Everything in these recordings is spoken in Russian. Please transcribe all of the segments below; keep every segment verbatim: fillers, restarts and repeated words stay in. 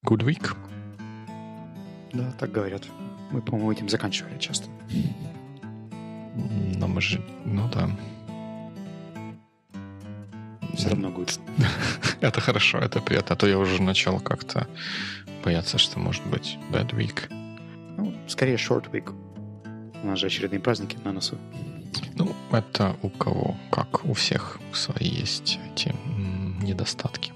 good week. Да, так говорят. Мы, по-моему, этим заканчивали часто. Но мы же... Ну да. Все равно good. Это хорошо, это приятно. А то я уже начал как-то бояться, что может быть bad week. Ну, скорее short week. У нас же очередные праздники на носу. Ну, это у кого, как у всех свои есть эти м, недостатки.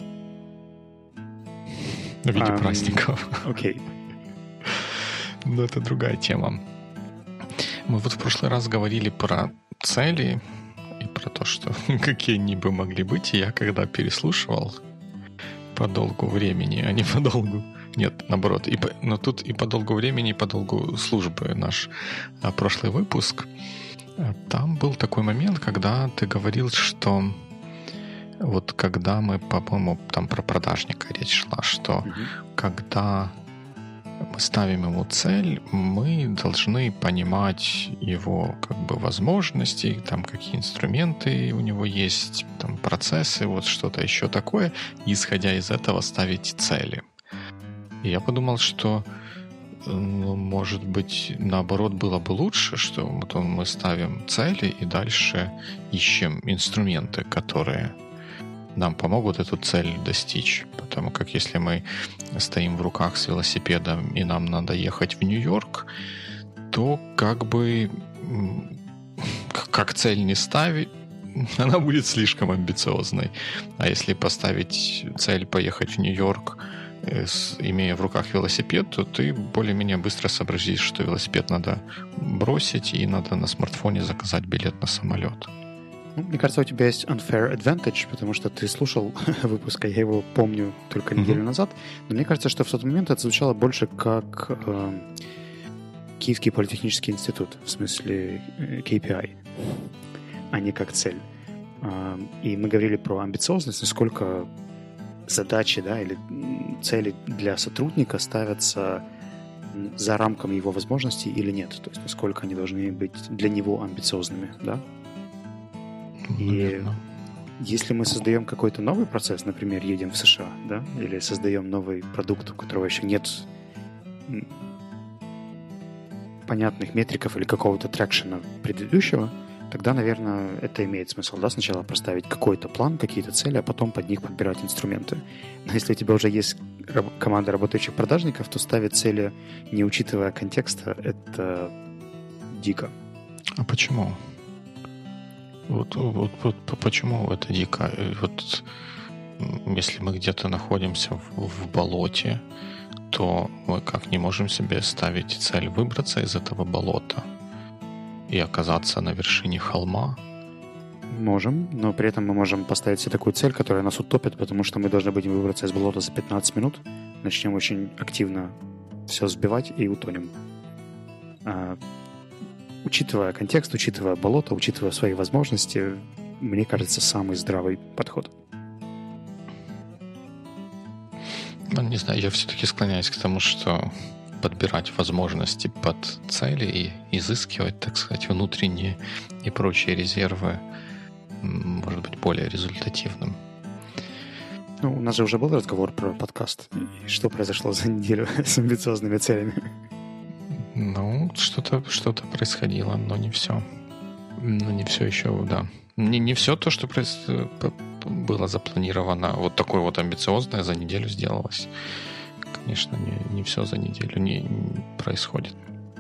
В виде um, праздников. Окей. Okay. Но это другая тема. Мы вот в прошлый раз говорили про цели и про то, что какие они бы могли быть. И я когда переслушивал по долгу времени, а не по долгу... Нет, наоборот. И по... Но тут и по долгу времени, и по долгу службы наш а, прошлый выпуск. Там был такой момент, когда ты говорил, что вот когда мы, по-моему, там про продажника речь шла, что mm-hmm. когда мы ставим ему цель, мы должны понимать его как бы возможности, там какие инструменты у него есть, там процессы, вот что-то еще такое, и, исходя из этого ставить цели. И я подумал, что ну, может быть, наоборот, было бы лучше, что вот мы ставим цели и дальше ищем инструменты, которые нам помогут эту цель достичь. Потому как если мы стоим в руках с велосипедом и нам надо ехать в Нью-Йорк, то как бы как цель не ставить, она будет слишком амбициозной. А если поставить цель поехать в Нью-Йорк, имея в руках велосипед, то ты более-менее быстро сообразишь, что велосипед надо бросить и надо на смартфоне заказать билет на самолет. Ну, мне кажется, у тебя есть unfair advantage, потому что ты слушал выпуск, я его помню только неделю mm-hmm. назад, но мне кажется, что в тот момент это звучало больше как э, Киевский политехнический институт, в смысле э, кей пи ай, а не как цель. Э, и мы говорили про амбициозность, насколько задачи, да, или цели для сотрудника ставятся за рамками его возможностей или нет. То есть насколько они должны быть для него амбициозными, да? И если мы создаем какой-то новый процесс, например, едем в США, да, или создаем новый продукт, у которого еще нет понятных метриков или какого-то трекшена предыдущего, тогда, наверное, это имеет смысл, да, сначала проставить какой-то план, какие-то цели, а потом под них подбирать инструменты. Но если у тебя уже есть команда работающих продажников, то ставить цели, не учитывая контекста, это дико. А почему? Вот, вот, вот почему это дико? Вот если мы где-то находимся в, в болоте, то мы как не можем себе ставить цель выбраться из этого болота и оказаться на вершине холма? Можем, но при этом мы можем поставить себе такую цель, которая нас утопит, потому что мы должны будем выбраться из болота за пятнадцать минут, начнем очень активно все сбивать и утонем. А, учитывая контекст, учитывая болото, учитывая свои возможности, мне кажется, самый здравый подход. Ну, не знаю, я все-таки склоняюсь к тому, что подбирать возможности под цели и изыскивать, так сказать, внутренние и прочие резервы может быть более результативным. Ну, у нас же уже был разговор про подкаст. И что произошло за неделю с амбициозными целями? Ну, что-то, что-то происходило, но не все. Но не все еще, да. Не, не все то, что проис... было запланировано, вот такое вот амбициозное, за неделю сделалось. Конечно, не, не все за неделю не, не происходит.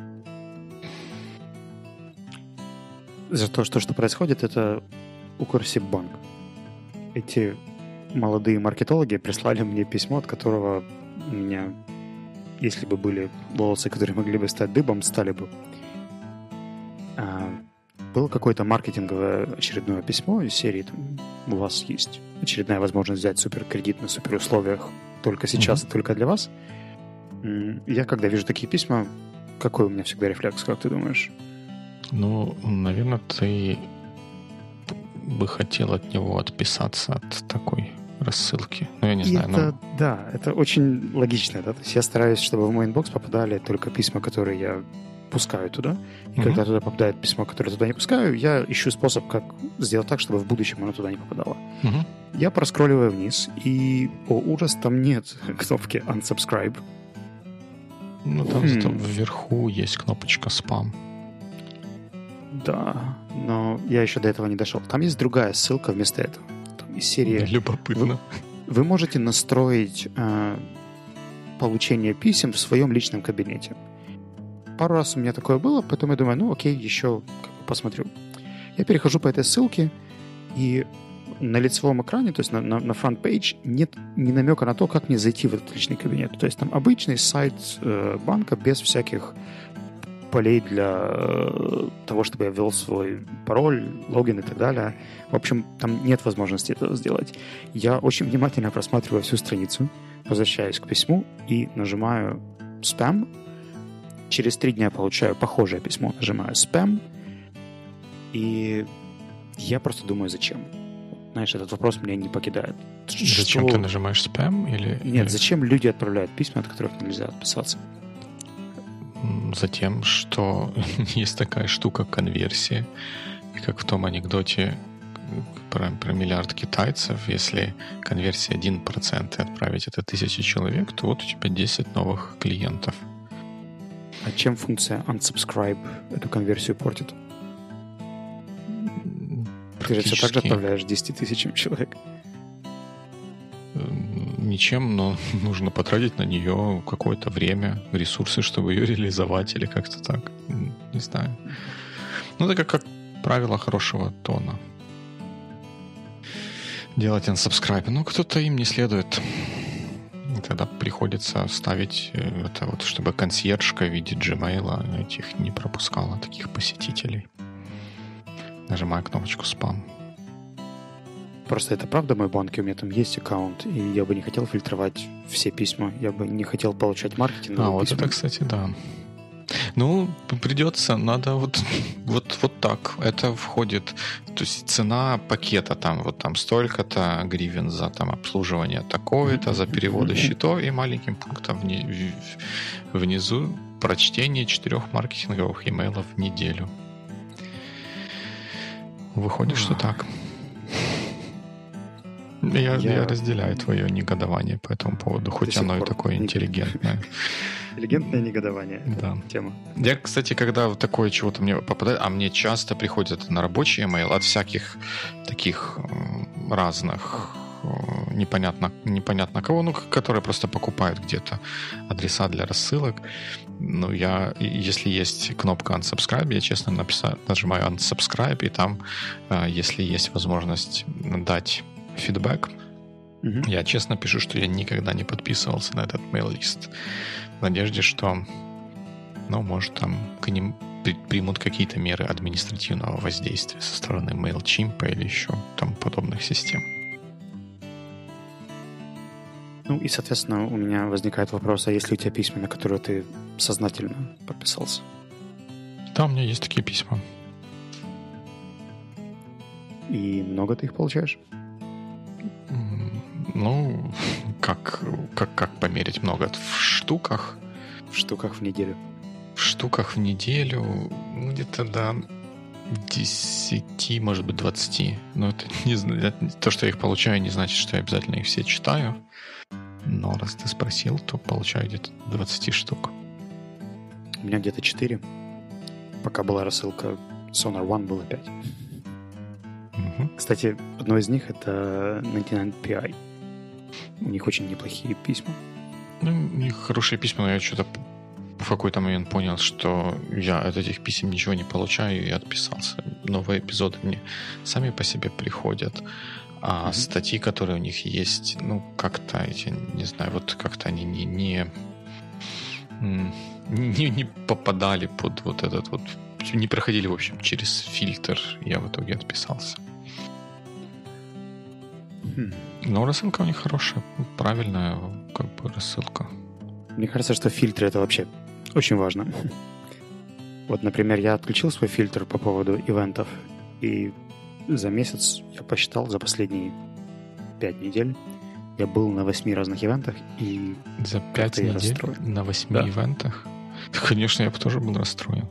За то, что, что происходит, это Укрсиббанк. Эти молодые маркетологи прислали мне письмо, от которого у меня, если бы были волосы, которые могли бы стать дыбом, стали бы. А, было какое-то маркетинговое очередное письмо из серии там, у вас есть очередная возможность взять суперкредит на суперусловиях только сейчас mm-hmm. и только для вас. Я, когда вижу такие письма, какой у меня всегда рефлекс, как ты думаешь? Ну, наверное, ты бы хотел от него отписаться от такой рассылки. Ну, я не знаю. Это, но... Да, это очень логично. Да? То есть я стараюсь, чтобы в мой инбокс попадали только письма, которые я пускаю туда. И Мгм. когда туда попадает письмо, которое туда не пускаю, я ищу способ, как сделать так, чтобы в будущем оно туда не попадало. Мгм. Я проскролливаю вниз, и, о ужас, там нет кнопки unsubscribe. Ну, там зато Хм. вверху есть кнопочка «Спам». Да, но я еще до этого не дошел. Там есть другая ссылка вместо этого. Там из серии... Любопытно. Вы можете настроить э, получение писем в своем личном кабинете. Пару раз у меня такое было, потом я думаю, ну окей, еще как бы посмотрю. Я перехожу по этой ссылке, и на лицевом экране, то есть на, на, на фронт-пейдж, нет ни намека на то, как мне зайти в этот личный кабинет. То есть там обычный сайт э, банка без всяких полей для э, того, чтобы я ввел свой пароль, логин и так далее. В общем, там нет возможности этого сделать. Я очень внимательно просматриваю всю страницу, возвращаюсь к письму и нажимаю «Спам». Через три дня получаю похожее письмо, нажимаю «Спам». И я просто думаю, зачем? Знаешь, этот вопрос меня не покидает. Зачем Что... ты нажимаешь «Спам»? Или, Нет, или... зачем люди отправляют письма, от которых нельзя отписаться? Затем, что есть такая штука конверсии. И как в том анекдоте про, про миллиард китайцев, если конверсия один процент и отправить это тысячи человек, то вот у тебя десять новых клиентов. А чем функция unsubscribe эту конверсию портит? Ты же все так же отправляешь десять тысячам человек. Ничем, но нужно потратить на нее какое-то время, ресурсы, чтобы ее реализовать или как-то так. Не знаю. Ну, это как, как правило хорошего тона. Делать unsubscribe. Ну, кто-то им не следует. И тогда приходится ставить это вот, чтобы консьержка в виде Gmail этих не пропускала, таких посетителей. Нажимаю кнопочку «Спам». Просто это правда мой банк, и у меня там есть аккаунт, и я бы не хотел фильтровать все письма, я бы не хотел получать маркетинговые А, вот письма. это, кстати, да. Ну, придется, надо вот, вот, вот так. Это входит, то есть цена пакета там, вот там столько-то гривен за там обслуживание такое-то, за переводы счетов и маленьким пунктом вни, внизу прочтение четырех маркетинговых имейлов в неделю. Выходит, что так. Я, я... я разделяю твое негодование по этому поводу, хоть оно и такое интеллигентное. Интеллигентное негодование. Да. Тема. Я, кстати, когда такое чего-то мне попадает, а мне часто приходит на рабочий email от всяких таких разных непонятно, непонятно кого, ну, которые просто покупают где-то адреса для рассылок. Ну, я, если есть кнопка unsubscribe, я честно написаю, нажимаю unsubscribe, и там, если есть возможность дать фидбэк, mm-hmm. я честно пишу, что я никогда не подписывался на этот мейл-лист в надежде, что, ну, может, там к ним примут какие-то меры административного воздействия со стороны MailChimp или еще там подобных систем. Ну и, соответственно, у меня возникает вопрос, а есть ли у тебя письма, на которые ты сознательно подписался? Да, у меня есть такие письма. И много ты их получаешь? Ну, как, как, как померить много? В штуках? В штуках в неделю. В штуках в неделю где-то до десяти, может быть, двадцати. Но это не, то, что я их получаю, не значит, что я обязательно их все читаю. Но раз ты спросил, то получаю где-то двадцать штук. У меня где-то четыре. Пока была рассылка Sonar One, было пять. Угу. Кстати, одно из них — это девяносто девять пи ай. У них очень неплохие письма. Ну, у них хорошие письма, но я что-то в какой-то момент понял, что я от этих писем ничего не получаю, и отписался. Новые эпизоды мне сами по себе приходят. А mm-hmm. статьи, которые у них есть, ну, как-то эти, не знаю, вот как-то они не, не, не, не попадали под вот этот вот, не проходили, в общем, через фильтр. Я в итоге отписался. Mm. Но рассылка у них хорошая, правильная, как бы, рассылка. Мне кажется, что фильтры — это вообще очень важно. Вот, например, я отключил свой фильтр по поводу ивентов, и за месяц, я посчитал, за последние пять недель я был на восьми разных ивентах, и за пять недель на восьми да. ивентах? Конечно, я бы тоже был расстроен.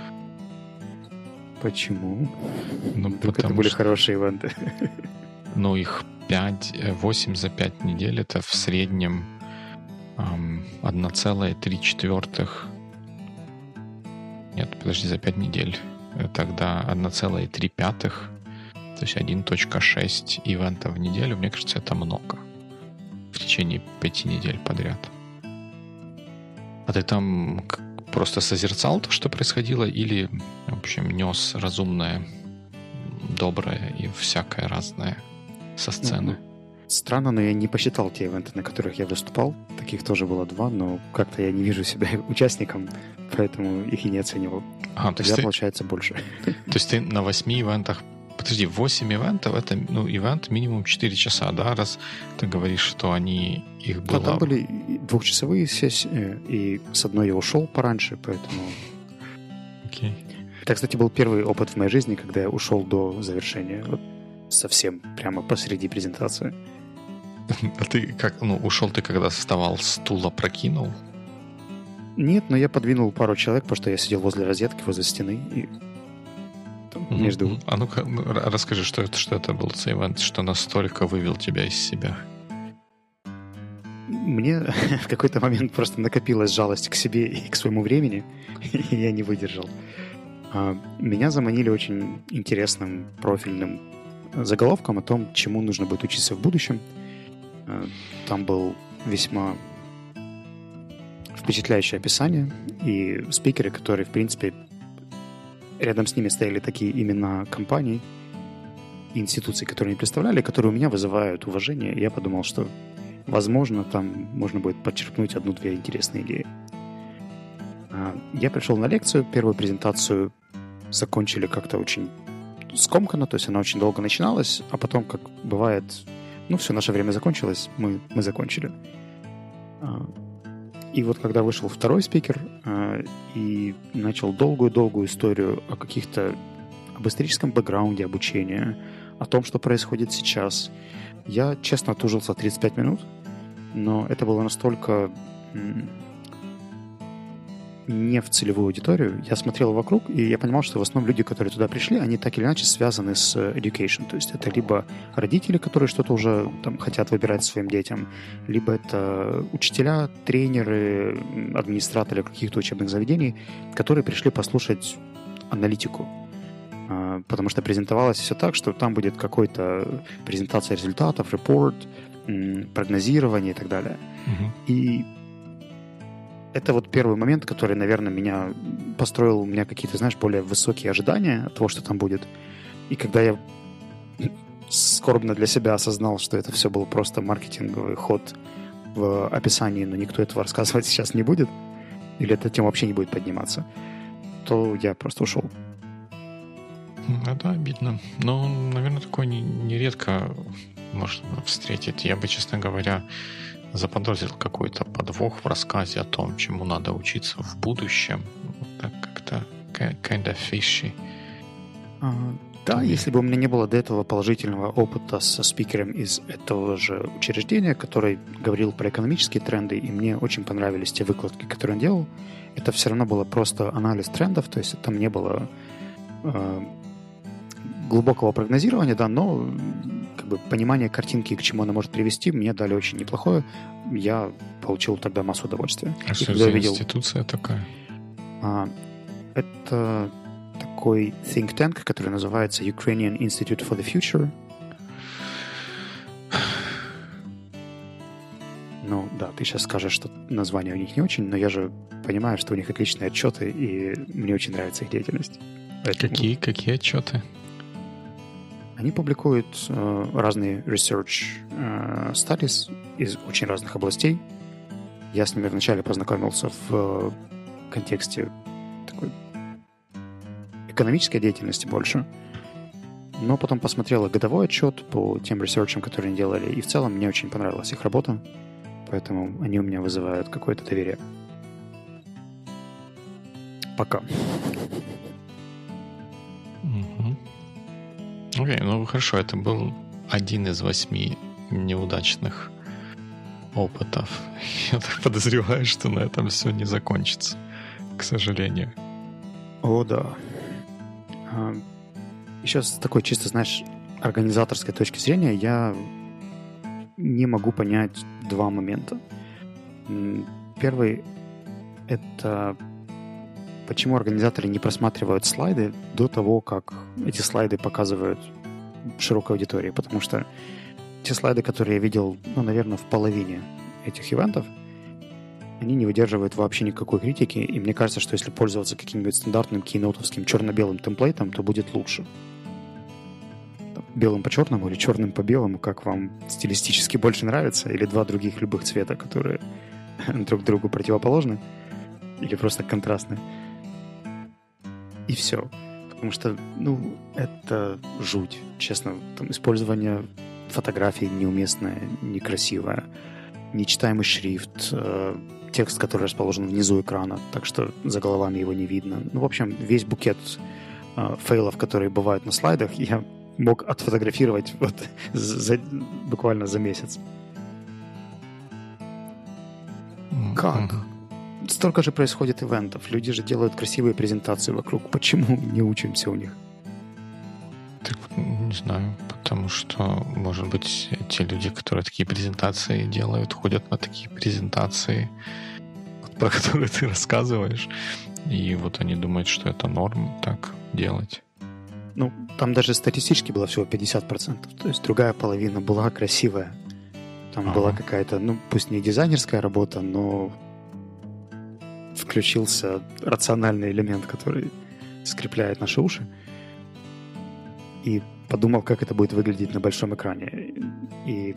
Почему? Ну, Вдруг это были что... хорошие ивенты. Ну, их пять-восемь за пять недель. Это в среднем эм, одна целая три четвертых. Нет, подожди, за пять недель. Тогда одна целая три пятых. То есть один целых шесть ивентов в неделю. Мне кажется, это много. В течение пяти недель подряд. А ты там просто созерцал то, что происходило, или, в общем, нес разумное, доброе и всякое разное со сцены? Ну, странно, но я не посчитал те ивенты, на которых я выступал. Таких тоже было два, но как-то я не вижу себя участником, поэтому их и не оценивал. А, Тогда, то есть получается, ты... больше. То есть ты на восьми ивентах... Подожди, восемь ивентов — это, ну, ивент минимум четыре часа, да? Раз ты говоришь, что они... Их было... Да, там были двухчасовые сессии, и с одной я ушел пораньше, поэтому... Окей. Okay. Это, кстати, был первый опыт в моей жизни, когда я ушел до завершения. Вот совсем прямо посреди презентации. А ты как, ну, ушел ты, когда вставал с стула, прокинул? Нет, но я подвинул пару человек, потому что я сидел возле розетки, возле стены, и mm-hmm. между... А ну-ка, расскажи, что это, что это был за ивент, что настолько вывел тебя из себя? Мне в какой-то момент просто накопилась жалость к себе и к своему времени, и я не выдержал. Меня заманили очень интересным профильным заголовком о том, чему нужно будет учиться в будущем. Там был весьма впечатляющее описание и спикеры, которые, в принципе, рядом с ними стояли такие имена компаний и институций, которые они представляли, которые у меня вызывают уважение. И я подумал, что, возможно, там можно будет подчеркнуть одну-две интересные идеи. Я пришел на лекцию, первую презентацию закончили как-то очень скомканно, то есть она очень долго начиналась, а потом, как бывает, ну все, наше время закончилось, мы, мы закончили. И вот когда вышел второй спикер и начал долгую-долгую историю о каких-то, об историческом бэкграунде обучения, о том, что происходит сейчас, я, честно, отужился тридцать пять минут, но это было настолько не в целевую аудиторию. Я смотрел вокруг, и я понимал, что в основном люди, которые туда пришли, они так или иначе связаны с education. То есть это либо родители, которые что-то уже там хотят выбирать своим детям, либо это учителя, тренеры, администраторы каких-то учебных заведений, которые пришли послушать аналитику. Потому что презентовалось все так, что там будет какой-то презентация результатов, репорт, прогнозирование и так далее. Uh-huh. И это вот первый момент, который, наверное, меня построил, у меня какие-то, знаешь, более высокие ожидания от того, что там будет. И когда я скорбно для себя осознал, что это все был просто маркетинговый ход в описании, но никто этого рассказывать сейчас не будет, или эта тема вообще не будет подниматься, то я просто ушел. Это обидно. Но, наверное, такое нередко можно встретить. Я бы, честно говоря, заподозрил какой-то подвох в рассказе о том, чему надо учиться в будущем. Так как-то kind of fishy. А, да, Там если бы у меня не было до этого положительного опыта со спикером из этого же учреждения, который говорил про экономические тренды, и мне очень понравились те выкладки, которые он делал, это все равно было просто анализ трендов, то есть там не было э, глубокого прогнозирования, да, но как бы понимание картинки, к чему она может привести, мне дали очень неплохое. Я получил тогда массу удовольствия. А и что за видел... институция такая? А, это такой think tank, который называется Ukrainian Institute for the Future. Ну да, ты сейчас скажешь, что название у них не очень, но я же понимаю, что у них отличные отчеты, и мне очень нравится их деятельность. Поэтому... Какие, какие отчеты? Они публикуют э, разные research э, studies из очень разных областей. Я с ними вначале познакомился в э, контексте такой экономической деятельности больше, но потом посмотрел годовой отчет по тем ресерчам, которые они делали, и в целом мне очень понравилась их работа, поэтому они у меня вызывают какое-то доверие. Пока. Окей, okay, ну хорошо, это был один из восьми неудачных опытов. Я так подозреваю, что на этом все не закончится. к сожалению. О, да. А, еще с такой чисто, знаешь, организаторской точки зрения я не могу понять два момента. Первый — это почему организаторы не просматривают слайды до того, как эти слайды показывают широкой аудитории. Потому что те слайды, которые я видел, ну, наверное, в половине этих ивентов, они не выдерживают вообще никакой критики, и мне кажется, что если пользоваться каким-нибудь стандартным кейноутовским черно-белым темплейтом, то будет лучше. Белым по черному или черным по белому, как вам стилистически больше нравится, или два других любых цвета, которые друг другу противоположны, или просто контрастны. И все. Потому что, ну, это жуть, честно. Там использование фотографий неуместное, некрасивое, нечитаемый шрифт, э, текст, который расположен внизу экрана, так что за головами его не видно. Ну, в общем, весь букет э, фейлов, которые бывают на слайдах, я мог отфотографировать вот за, буквально за месяц. Mm-hmm. Как? Столько же происходит ивентов. Люди же делают красивые презентации вокруг. Почему не учимся у них? Так, не знаю, потому что, может быть, те люди, которые такие презентации делают, ходят на такие презентации, про которые ты рассказываешь, и вот они думают, что это норм так делать. Ну, там даже статистически было всего пятьдесят процентов. То есть другая половина была красивая. Там ага. была какая-то, ну, пусть не дизайнерская работа, но включился рациональный элемент, который скрепляет наши уши. И подумал, как это будет выглядеть на большом экране. И...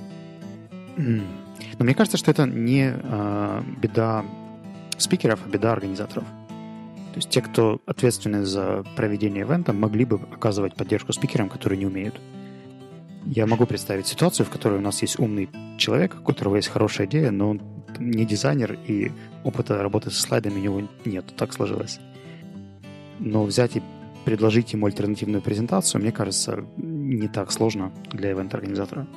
Но мне кажется, что это не а, беда спикеров, а беда организаторов. То есть те, кто ответственны за проведение ивента, могли бы оказывать поддержку спикерам, которые не умеют. Я могу представить ситуацию, в которой у нас есть умный человек, у которого есть хорошая идея, но он не дизайнер, и опыта работы со слайдами у него нет. Так сложилось. Но взять и предложить ему альтернативную презентацию, мне кажется, не так сложно для ивент-организатора.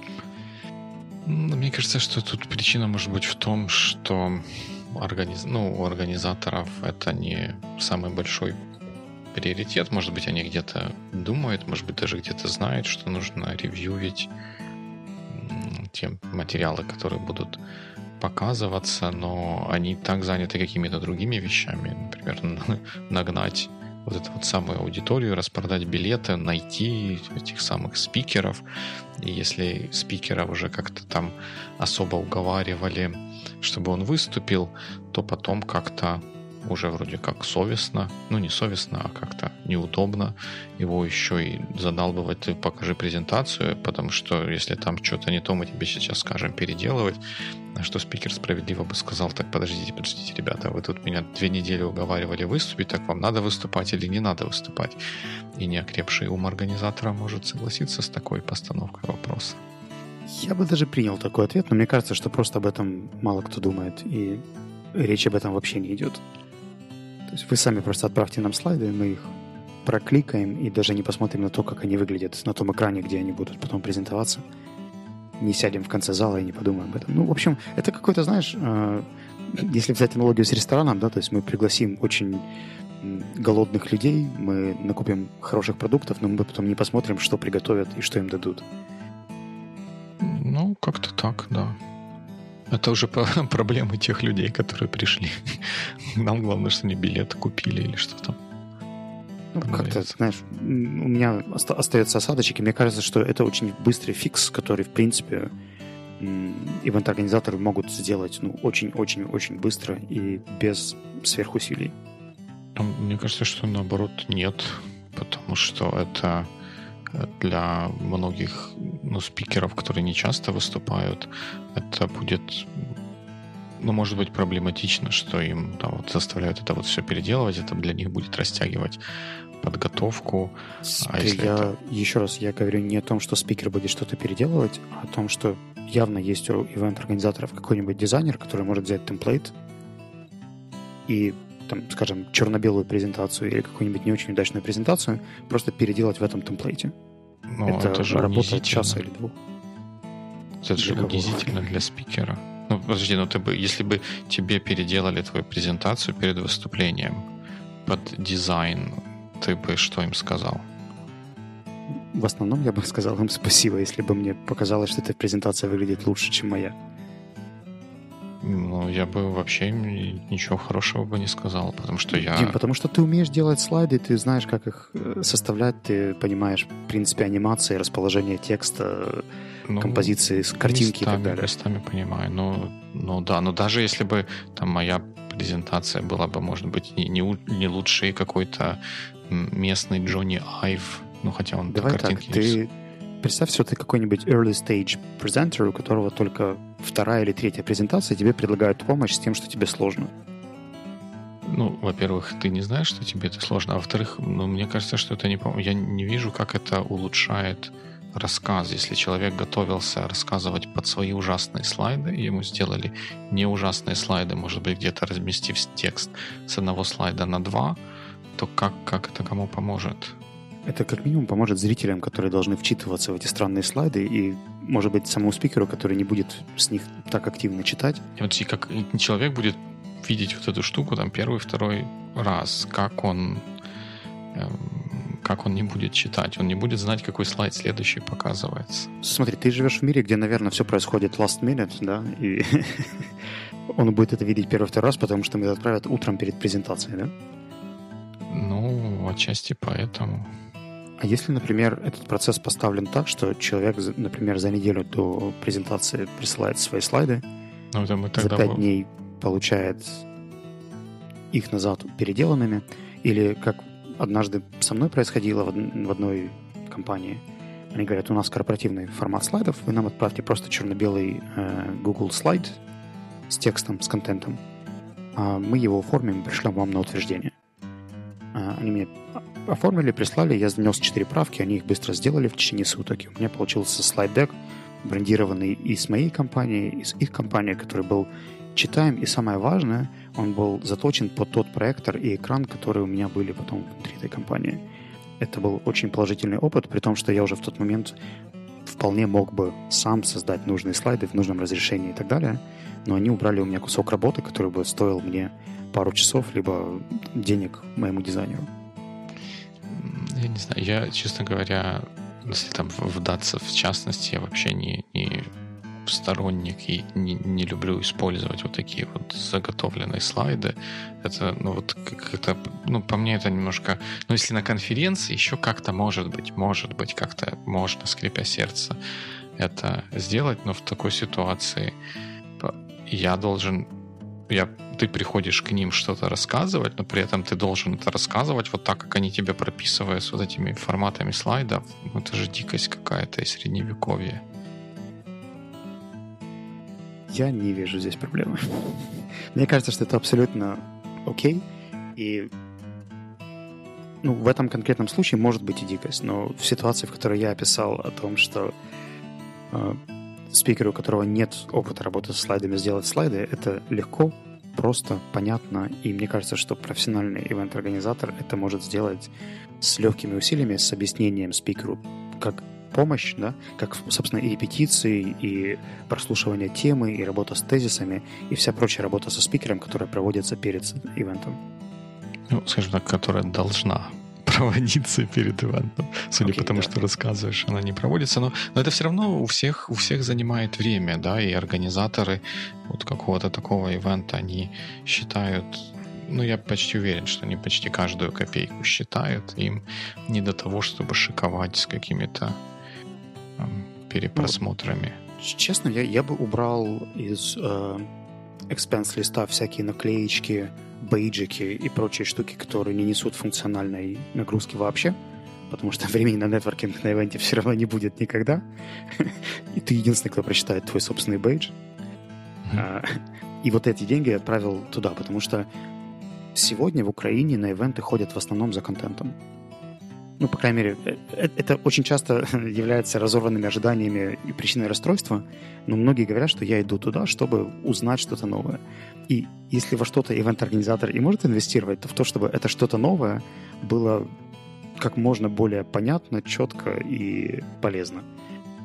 Мне кажется, что тут причина может быть в том, что организ... ну, у организаторов это не самый большой приоритет. Может быть, они где-то думают, может быть, даже где-то знают, что нужно ревьюить те материалы, которые будут показываться, но они так заняты какими-то другими вещами, например, нагнать вот эту вот самую аудиторию, распродать билеты, найти этих самых спикеров. И если спикера уже как-то там особо уговаривали, чтобы он выступил, то потом как-то уже вроде как совестно, ну не совестно, а как-то неудобно его еще и задалбывать: ты покажи презентацию, потому что если там что-то не то, мы тебе сейчас скажем переделывать. На что спикер справедливо бы сказал: так, подождите, подождите, ребята, вы тут меня две недели уговаривали выступить, так вам надо выступать или не надо выступать? И неокрепший ум организатора может согласиться с такой постановкой вопроса. Я бы даже принял такой ответ, но мне кажется, что просто об этом мало кто думает, и речь об этом вообще не идет. То есть вы сами просто отправьте нам слайды, мы их прокликаем и даже не посмотрим на то, как они выглядят на том экране, где они будут потом презентоваться. Не сядем в конце зала и не подумаем об этом. Ну, в общем, это какой-то, знаешь, э, если взять аналогию с рестораном, да, то есть мы пригласим очень голодных людей, мы накупим хороших продуктов, но мы потом не посмотрим, что приготовят и что им дадут. Ну, как-то так, да. Это уже проблемы тех людей, которые пришли. Нам главное, что они билеты купили или что там. Ну, как-то, знаешь, у меня оста- остается осадочек, и мне кажется, что это очень быстрый фикс, который, в принципе, ивент-организаторы могут сделать, ну, очень-очень-очень быстро и без сверхусилий. Мне кажется, что наоборот нет, потому что это для многих, ну, спикеров, которые не часто выступают, это будет, ну, может быть, проблематично, что им там вот заставляют это вот все переделывать, это для них будет растягивать подготовку. Смотри, а если я, это... еще раз, я говорю не о том, что спикер будет что-то переделывать, а о том, что явно есть у ивент-организаторов какой-нибудь дизайнер, который может взять темплейт и, там, скажем, черно-белую презентацию или какую-нибудь не очень удачную презентацию просто переделать в этом темплейте. Но это, это же работа часа или двух. Это же унизительно для спикера. Ну, подожди, ну ты бы, если бы тебе переделали твою презентацию перед выступлением под дизайн, ты бы что им сказал? В основном я бы сказал им спасибо, если бы мне показалось, что эта презентация выглядит лучше, чем моя. Ну, я бы вообще ничего хорошего бы не сказал, потому что я... Дим, потому что ты умеешь делать слайды, ты знаешь, как их составлять, ты понимаешь, в принципе, анимации, расположение текста, ну, композиции, картинки местами, и так далее. Местами понимаю. Ну, ну да, но даже если бы там моя презентация была бы, может быть, не, не, не лучший какой-то местный Джонни Айв, ну, хотя он Давай так, ты представь, что ты какой-нибудь early stage presenter, у которого только вторая или третья презентация, тебе предлагают помощь с тем, что тебе сложно. Ну, во-первых, ты не знаешь, что тебе это сложно, а во-вторых, ну, мне кажется, что это не... Я не вижу, как это улучшает рассказ. Если человек готовился рассказывать под свои ужасные слайды, ему сделали не ужасные слайды, может быть, где-то разместив текст с одного слайда на два, то как, как это кому поможет? Это как минимум поможет зрителям, которые должны вчитываться в эти странные слайды, и, может быть, самому спикеру, который не будет с них так активно читать. И вот и как человек будет видеть вот эту штуку там первый, второй раз, как он, эм, как он не будет читать, он не будет знать, какой слайд следующий показывается. Смотри, ты живешь в мире, где, наверное, все происходит last minute, да, и он будет это видеть первый, второй раз, потому что мы отправят утром перед презентацией, да? Ну, отчасти поэтому. А если, например, этот процесс поставлен так, что человек, например, за неделю до презентации присылает свои слайды, ну, да, мы тогда за пять дней получает их назад переделанными, или как однажды со мной происходило в одной компании, они говорят, у нас корпоративный формат слайдов, вы нам отправьте просто черно-белый э, Google слайд с текстом, с контентом, а мы его оформим и пришлем вам на утверждение. Они мне оформили, прислали, я внес четыре правки, они их быстро сделали в течение суток. И у меня получился слайд-дек, брендированный и с моей компанией, и с их компанией, который был читаем, и самое важное, он был заточен под тот проектор и экран, которые у меня были потом внутри этой компании. Это был очень положительный опыт, при том, что я уже в тот момент вполне мог бы сам создать нужные слайды в нужном разрешении и так далее, но они убрали у меня кусок работы, который бы стоил мне пару часов, либо денег моему дизайнеру. Я не знаю, я, честно говоря, если там вдаться в частности, я вообще не, не сторонник и не, не люблю использовать вот такие вот заготовленные слайды. Это, ну вот, как-то, ну, по мне это немножко... Ну, если на конференции еще как-то может быть, может быть, как-то можно, скрипя сердце, это сделать, но в такой ситуации я должен... Я, ты приходишь к ним что-то рассказывать, но при этом ты должен это рассказывать вот так, как они тебе прописывают с вот этими форматами слайдов. Ну, это же дикость какая-то и средневековье. Я не вижу здесь проблемы. Мне кажется, что это абсолютно окей. И ну, в этом конкретном случае может быть и дикость. Но в ситуации, в которой я описал о том, что э, спикеру, у которого нет опыта работы со слайдами, сделать слайды, это легко, просто, понятно. И мне кажется, что профессиональный ивент-организатор это может сделать с легкими усилиями, с объяснением спикеру, как помощь, да, как, собственно, и репетиции, и прослушивание темы, и работа с тезисами, и вся прочая работа со спикером, которая проводится перед ивентом. Ну, скажем так, которая должна проводиться перед ивентом. Судя okay, по тому, да. что рассказываешь, она не проводится. Но, но это все равно у всех, у всех занимает время, да, и организаторы вот какого-то такого ивента, они считают... Ну, я почти уверен, что они почти каждую копейку считают. Им не до того, чтобы шиковать с какими-то эм, перепросмотрами. Ну, честно, я, я бы убрал из э, экспенс-листа всякие наклеечки, бейджики и прочие штуки, которые не несут функциональной нагрузки вообще, потому что времени на нетворкинг на ивенте все равно не будет никогда. И ты единственный, кто прочитает твой собственный бейдж. Mm-hmm. И вот эти деньги я отправил туда, потому что сегодня в Украине на ивенты ходят в основном за контентом. Ну, по крайней мере, это очень часто является разорванными ожиданиями и причиной расстройства, но многие говорят, что я иду туда, чтобы узнать что-то новое. И если во что-то ивент-организатор и может инвестировать, то в то, чтобы это что-то новое было как можно более понятно, четко и полезно.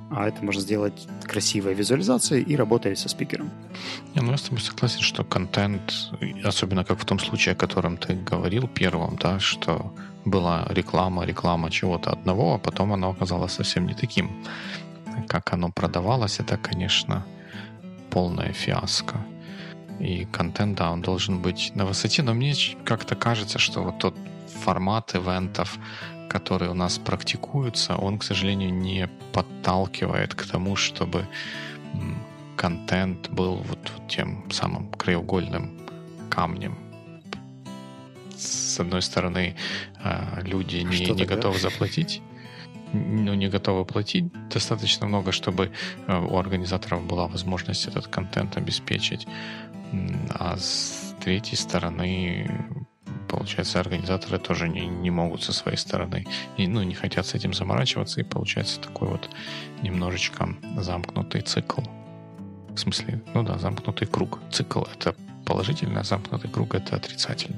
А это можно сделать красивой визуализацией и работая со спикером. Не, ну я с тобой согласен, что контент, особенно как в том случае, о котором ты говорил первым, да, что была реклама, реклама чего-то одного, а потом оно оказалось совсем не таким. Как оно продавалось, это, конечно, полная фиаско. И контент, да, он должен быть на высоте, но мне как-то кажется, что вот тот формат ивентов, который у нас практикуется, он, к сожалению, не подталкивает к тому, чтобы контент был вот, вот тем самым краеугольным камнем. С одной стороны, люди не, не готовы заплатить, ну, не готовы платить достаточно много, чтобы у организаторов была возможность этот контент обеспечить. А с третьей стороны, получается, организаторы тоже не, не могут со своей стороны, и, ну, не хотят с этим заморачиваться, и получается такой вот немножечко замкнутый цикл. В смысле, ну да, замкнутый круг. Цикл — это положительно, а замкнутый круг — это отрицательно.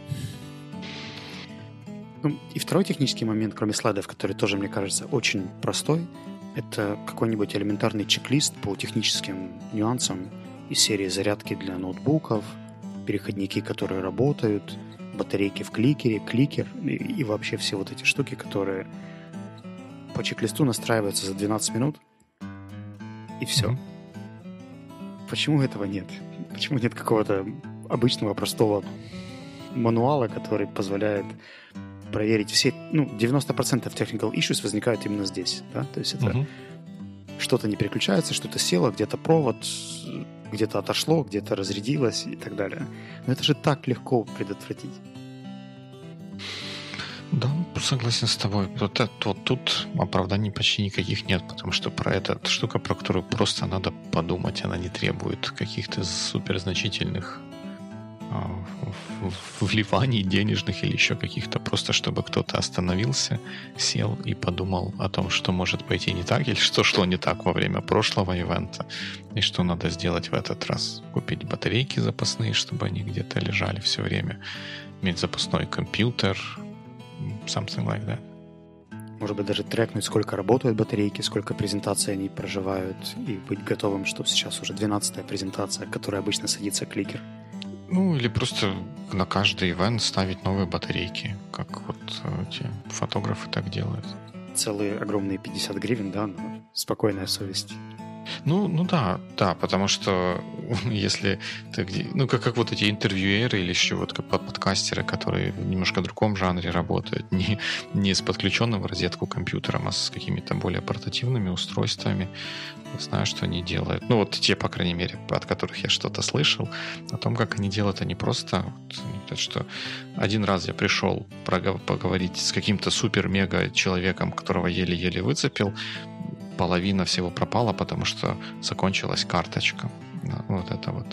Ну, и второй технический момент, кроме слайдов, который тоже, мне кажется, очень простой, это какой-нибудь элементарный чек-лист по техническим нюансам из серии зарядки для ноутбуков, переходники, которые работают, батарейки в кликере, кликер и, и вообще все вот эти штуки, которые по чек-листу настраиваются за двенадцать минут, и все. Mm-hmm. Почему этого нет? Почему нет какого-то обычного, простого мануала, который позволяет проверить все... Ну, девяносто процентов technical issues возникают именно здесь, да? То есть это mm-hmm. что-то не переключается, что-то село, где-то провод, где-то отошло, где-то разрядилось и так далее. Но это же так легко предотвратить. Да, согласен с тобой. Вот, это, вот тут оправданий почти никаких нет, потому что про эту штука, про которую просто надо подумать, она не требует каких-то суперзначительных а, вливаний денежных или еще каких-то, просто чтобы кто-то остановился, сел и подумал о том, что может пойти не так, или что шло не так во время прошлого ивента, и что надо сделать в этот раз. Купить батарейки запасные, чтобы они где-то лежали все время, иметь запасной компьютер, something like that. Может быть, даже трекнуть, сколько работают батарейки, сколько презентаций они проживают, и быть готовым, что сейчас уже двенадцатая презентация, которая обычно садится кликер. Ну, или просто на каждый ивент ставить новые батарейки, как вот эти фотографы так делают. Целые огромные пятьдесят гривен, да, но спокойная совесть. Ну, ну да, да, потому что если ты, ну, как, как вот эти интервьюеры или еще вот как подкастеры, которые в немножко другом жанре работают, не, не с подключенным в розетку компьютером, а с какими-то более портативными устройствами, я знаю, что они делают. Ну, вот те, по крайней мере, от которых я что-то слышал, о том, как они делают, они просто, вот, они говорят, что один раз я пришел поговорить с каким-то супер-мега человеком, которого еле-еле выцепил, половина всего пропала, потому что закончилась карточка. Вот это вот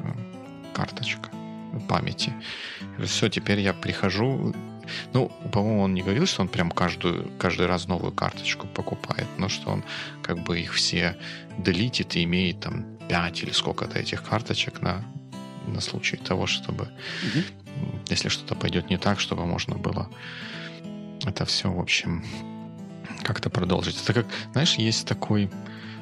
карточка памяти. Все, теперь я прихожу. Ну, по-моему, он не говорил, что он прям каждую, каждый раз новую карточку покупает, но что он как бы их все делитит и имеет там пять или сколько-то этих карточек на, на случай того, чтобы угу. если что-то пойдет не так, чтобы можно было это все, в общем, как-то продолжить. Это как, знаешь, есть такой,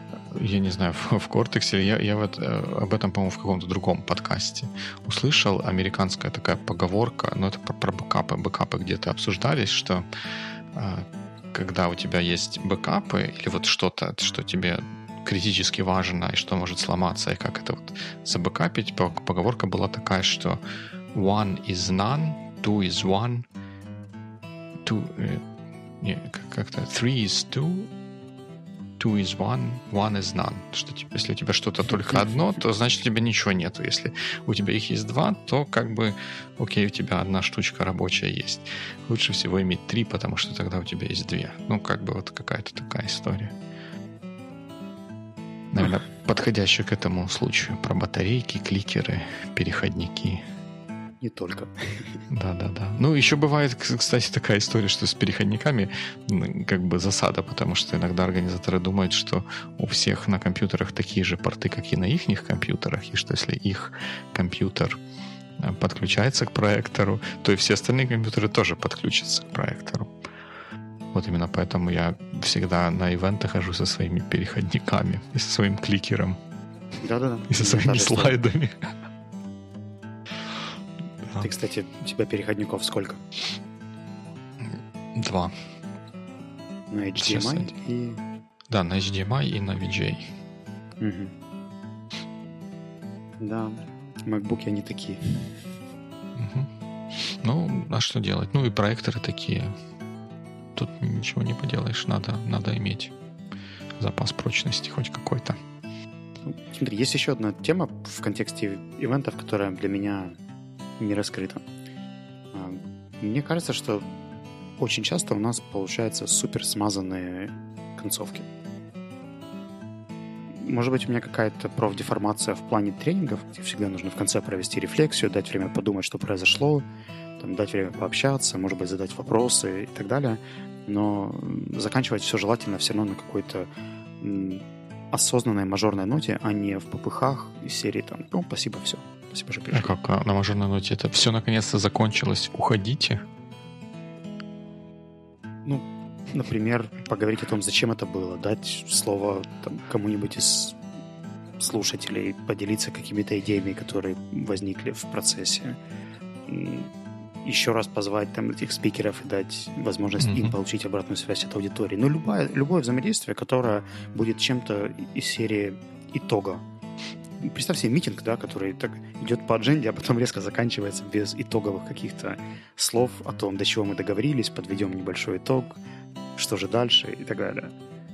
я не знаю, в, в Кортексе, я, я вот, об этом, по-моему, в каком-то другом подкасте услышал, американская такая поговорка, но это про, про бэкапы, бэкапы где-то обсуждались, что э, когда у тебя есть бэкапы или вот что-то, что тебе критически важно и что может сломаться, и как это вот забэкапить, поговорка была такая, что one is none, two is one, two... Э, Не, как-то three is two, two is one, one is none. Что, типа, если у тебя что-то только одно, то значит у тебя ничего нету. Если у тебя их есть два, то как бы окей, у тебя одна штучка рабочая есть. Лучше всего иметь три, потому что тогда у тебя есть две. Ну, как бы вот какая-то такая история. Наверное, подходящая к этому случаю. Про батарейки, кликеры, переходники. Не только. Да-да-да. Ну, еще бывает, кстати, такая история, что с переходниками как бы засада, потому что иногда организаторы думают, что у всех на компьютерах такие же порты, как и на их компьютерах, и что если их компьютер подключается к проектору, то и все остальные компьютеры тоже подключатся к проектору. Вот именно поэтому я всегда на ивенты хожу со своими переходниками и со своим кликером. Да-да-да. И со своими слайдами. Ты, кстати, у тебя переходников сколько? Два. На эйч ди эм ай и... Да, на эйч ди эм ай и на ви джей. Угу. Да, MacBook'и они такие. Угу. Ну, а что делать? Ну и проекторы такие. Тут ничего не поделаешь, надо, надо иметь запас прочности хоть какой-то. Смотри, есть еще одна тема в контексте ивентов, которая для меня не раскрыта. Мне кажется, что очень часто у нас получаются супер смазанные концовки. Может быть, у меня какая-то профдеформация в плане тренингов, где всегда нужно в конце провести рефлексию, дать время подумать, что произошло, там, дать время пообщаться, может быть, задать вопросы и так далее. Но заканчивать все желательно все равно на какой-то м, осознанной мажорной ноте, а не в попыхах из серии там, ну, спасибо, все. Спасибо, что пришли. А как на мажорной ноте это все наконец-то закончилось? Уходите? Ну, например, поговорить о том, зачем это было, дать слово там, кому-нибудь из слушателей, поделиться какими-то идеями, которые возникли в процессе. Еще раз позвать там этих спикеров и дать возможность mm-hmm. им получить обратную связь от аудитории. Ну, любое, любое взаимодействие, которое будет чем-то из серии итога. Представь себе митинг, да, который так идет по адженде, а потом резко заканчивается без итоговых каких-то слов о том, до чего мы договорились, подведем небольшой итог, что же дальше и так далее.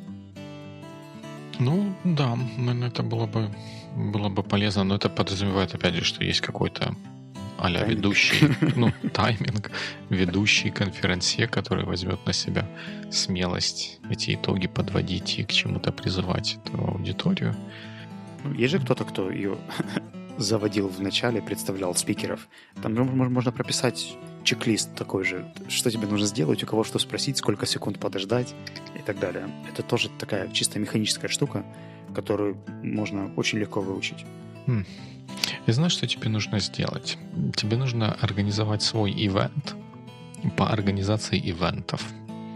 Ну, да, наверное, это было бы, было бы полезно, но это подразумевает, опять же, что есть какой-то а-ля ведущий, ну, тайминг, ведущий конференции, который возьмет на себя смелость эти итоги подводить и к чему-то призывать эту аудиторию. Есть же кто-то, кто ее заводил в начале, представлял спикеров. Там можно прописать чек-лист такой же, что тебе нужно сделать, у кого что спросить, сколько секунд подождать и так далее. Это тоже такая чисто механическая штука, которую можно очень легко выучить. Хм. И знаешь, что тебе нужно сделать? Тебе нужно организовать свой ивент по организации ивентов.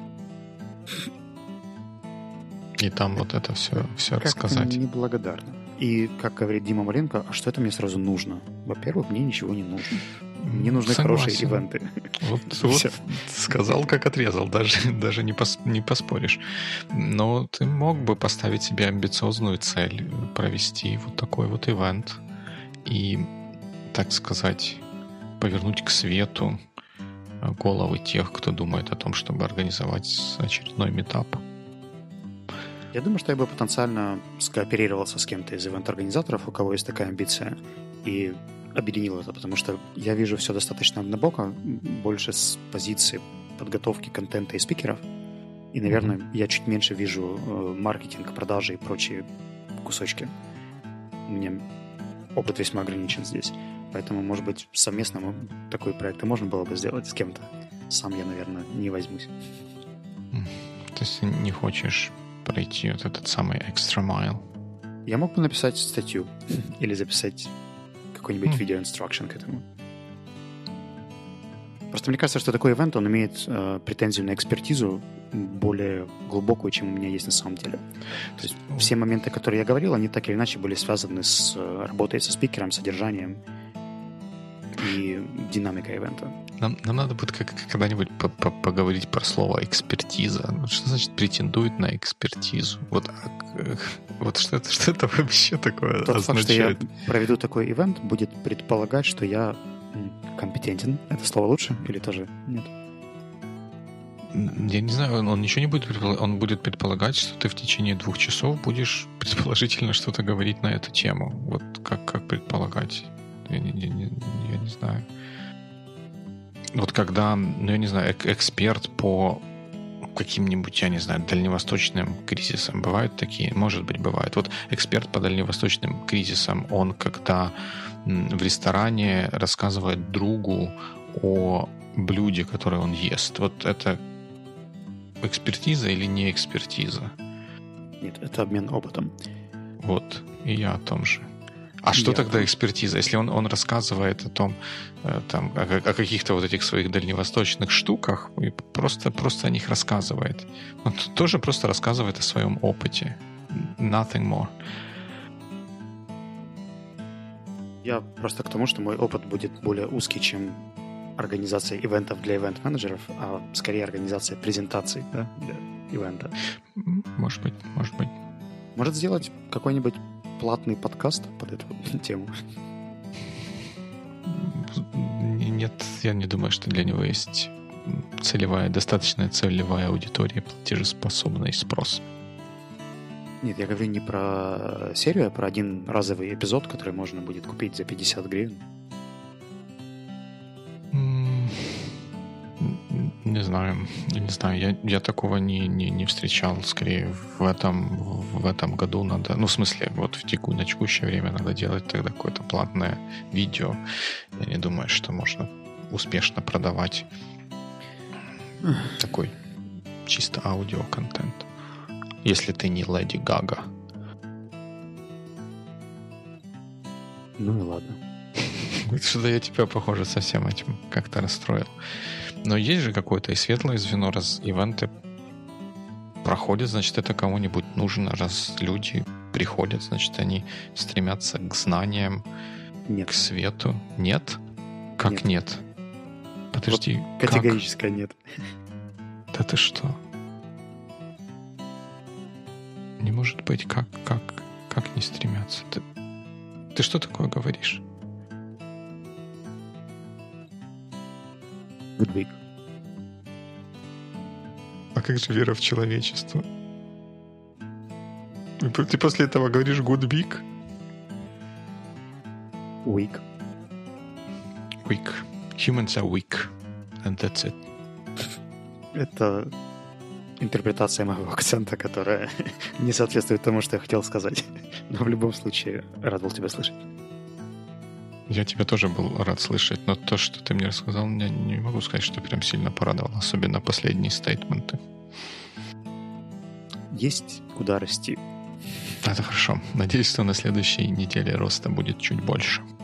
И там вот это все, все как рассказать. Как неблагодарно. И, как говорит Дима Маленко, а что это мне сразу нужно? Во-первых, мне ничего не нужно. Мне нужны Согласен. Хорошие ивенты. Вот, вот сказал, как отрезал, даже, даже не, пос, не поспоришь. Но ты мог бы поставить себе амбициозную цель, провести вот такой вот ивент и, так сказать, повернуть к свету головы тех, кто думает о том, чтобы организовать очередной митап. Я думаю, что я бы потенциально скооперировался с кем-то из ивент-организаторов, у кого есть такая амбиция, и объединил это, потому что я вижу все достаточно однобоко, больше с позиции подготовки контента и спикеров, и, наверное, mm-hmm. я чуть меньше вижу э, маркетинг, продажи и прочие кусочки. У меня опыт весьма ограничен здесь, поэтому, может быть, совместно такой проект можно было бы сделать с кем-то. Сам я, наверное, не возьмусь. То есть не хочешь пройти вот этот самый extra mile? Я мог бы написать статью или записать какой-нибудь mm. видео-инструкшн к этому. Просто мне кажется, что такой ивент, он имеет э, претензию на экспертизу более глубокую, чем у меня есть на самом деле. То есть mm. все моменты, которые я говорил, они так или иначе были связаны с э, работой со спикером, содержанием и динамикой ивента. Нам, нам надо будет как, когда-нибудь по -по поговорить про слово экспертиза. Что значит претендует на экспертизу? Вот, вот что, это, что это вообще такое Тот означает? Факт, что я проведу такой ивент, будет предполагать, что я компетентен. Это слово лучше или тоже нет? Я не знаю, он, он ничего не будет предполагать. Он будет предполагать, что ты в течение двух часов будешь предположительно что-то говорить на эту тему. Вот как, как предполагать? Я не, не, не, я не знаю. Вот когда, ну я не знаю, эксперт по каким-нибудь, я не знаю, дальневосточным кризисам, бывают такие? Может быть, бывает. Вот эксперт по дальневосточным кризисам, он когда в ресторане рассказывает другу о блюде, которое он ест. Вот это экспертиза или не экспертиза? Нет, это обмен опытом. Вот, и я о том же. А что Я- тогда экспертиза? Если он, он рассказывает о том, э, там, о, о каких-то вот этих своих дальневосточных штуках, и просто, просто о них рассказывает. Он т- тоже просто рассказывает о своем опыте. Nothing more. Я просто к тому, что мой опыт будет более узкий, чем организация ивентов для ивент-менеджеров, а скорее организация презентаций, да, для ивента. М, Может быть, может быть. Может сделать какой-нибудь платный подкаст под эту тему? Н- Нет, я не думаю, что для него есть целевая, достаточная целевая аудитория, платежеспособный спрос. Нет, я говорю не про серию, а про один разовый эпизод, который можно будет купить за пятьдесят гривен. М, н- Не знаю, я не знаю, я, я такого не, не, не встречал. Скорее в этом, в этом году надо, ну в смысле, вот в теку, на текущее время надо делать тогда какое-то платное видео. Я не думаю, что можно успешно продавать такой чисто аудиоконтент. Если ты не Леди Гага. Ну и ладно. Что-то я тебя, похоже, совсем этим как-то расстроил. Но есть же какое-то и светлое звено, раз ивенты проходят, значит, это кому-нибудь нужно. Раз люди приходят, значит, они стремятся к знаниям, Нет. к свету. Нет? Как Нет. нет? Подожди, как? Категорически нет. Да ты что? Не может быть, как, как, как не стремятся? Ты, ты что такое говоришь? Good week. А как же вера в человечество? Ты ты после этого говоришь good week? Week. Weak. Humans are weak. And that's it. Это интерпретация моего акцента, которая не соответствует тому, что я хотел сказать. Но в любом случае, рад был тебя слышать. Я тебя тоже был рад слышать, но то, что ты мне рассказал, я не могу сказать, что прям сильно порадовало, особенно последние стейтменты. Есть куда расти. Это хорошо. Надеюсь, что на следующей неделе роста будет чуть больше.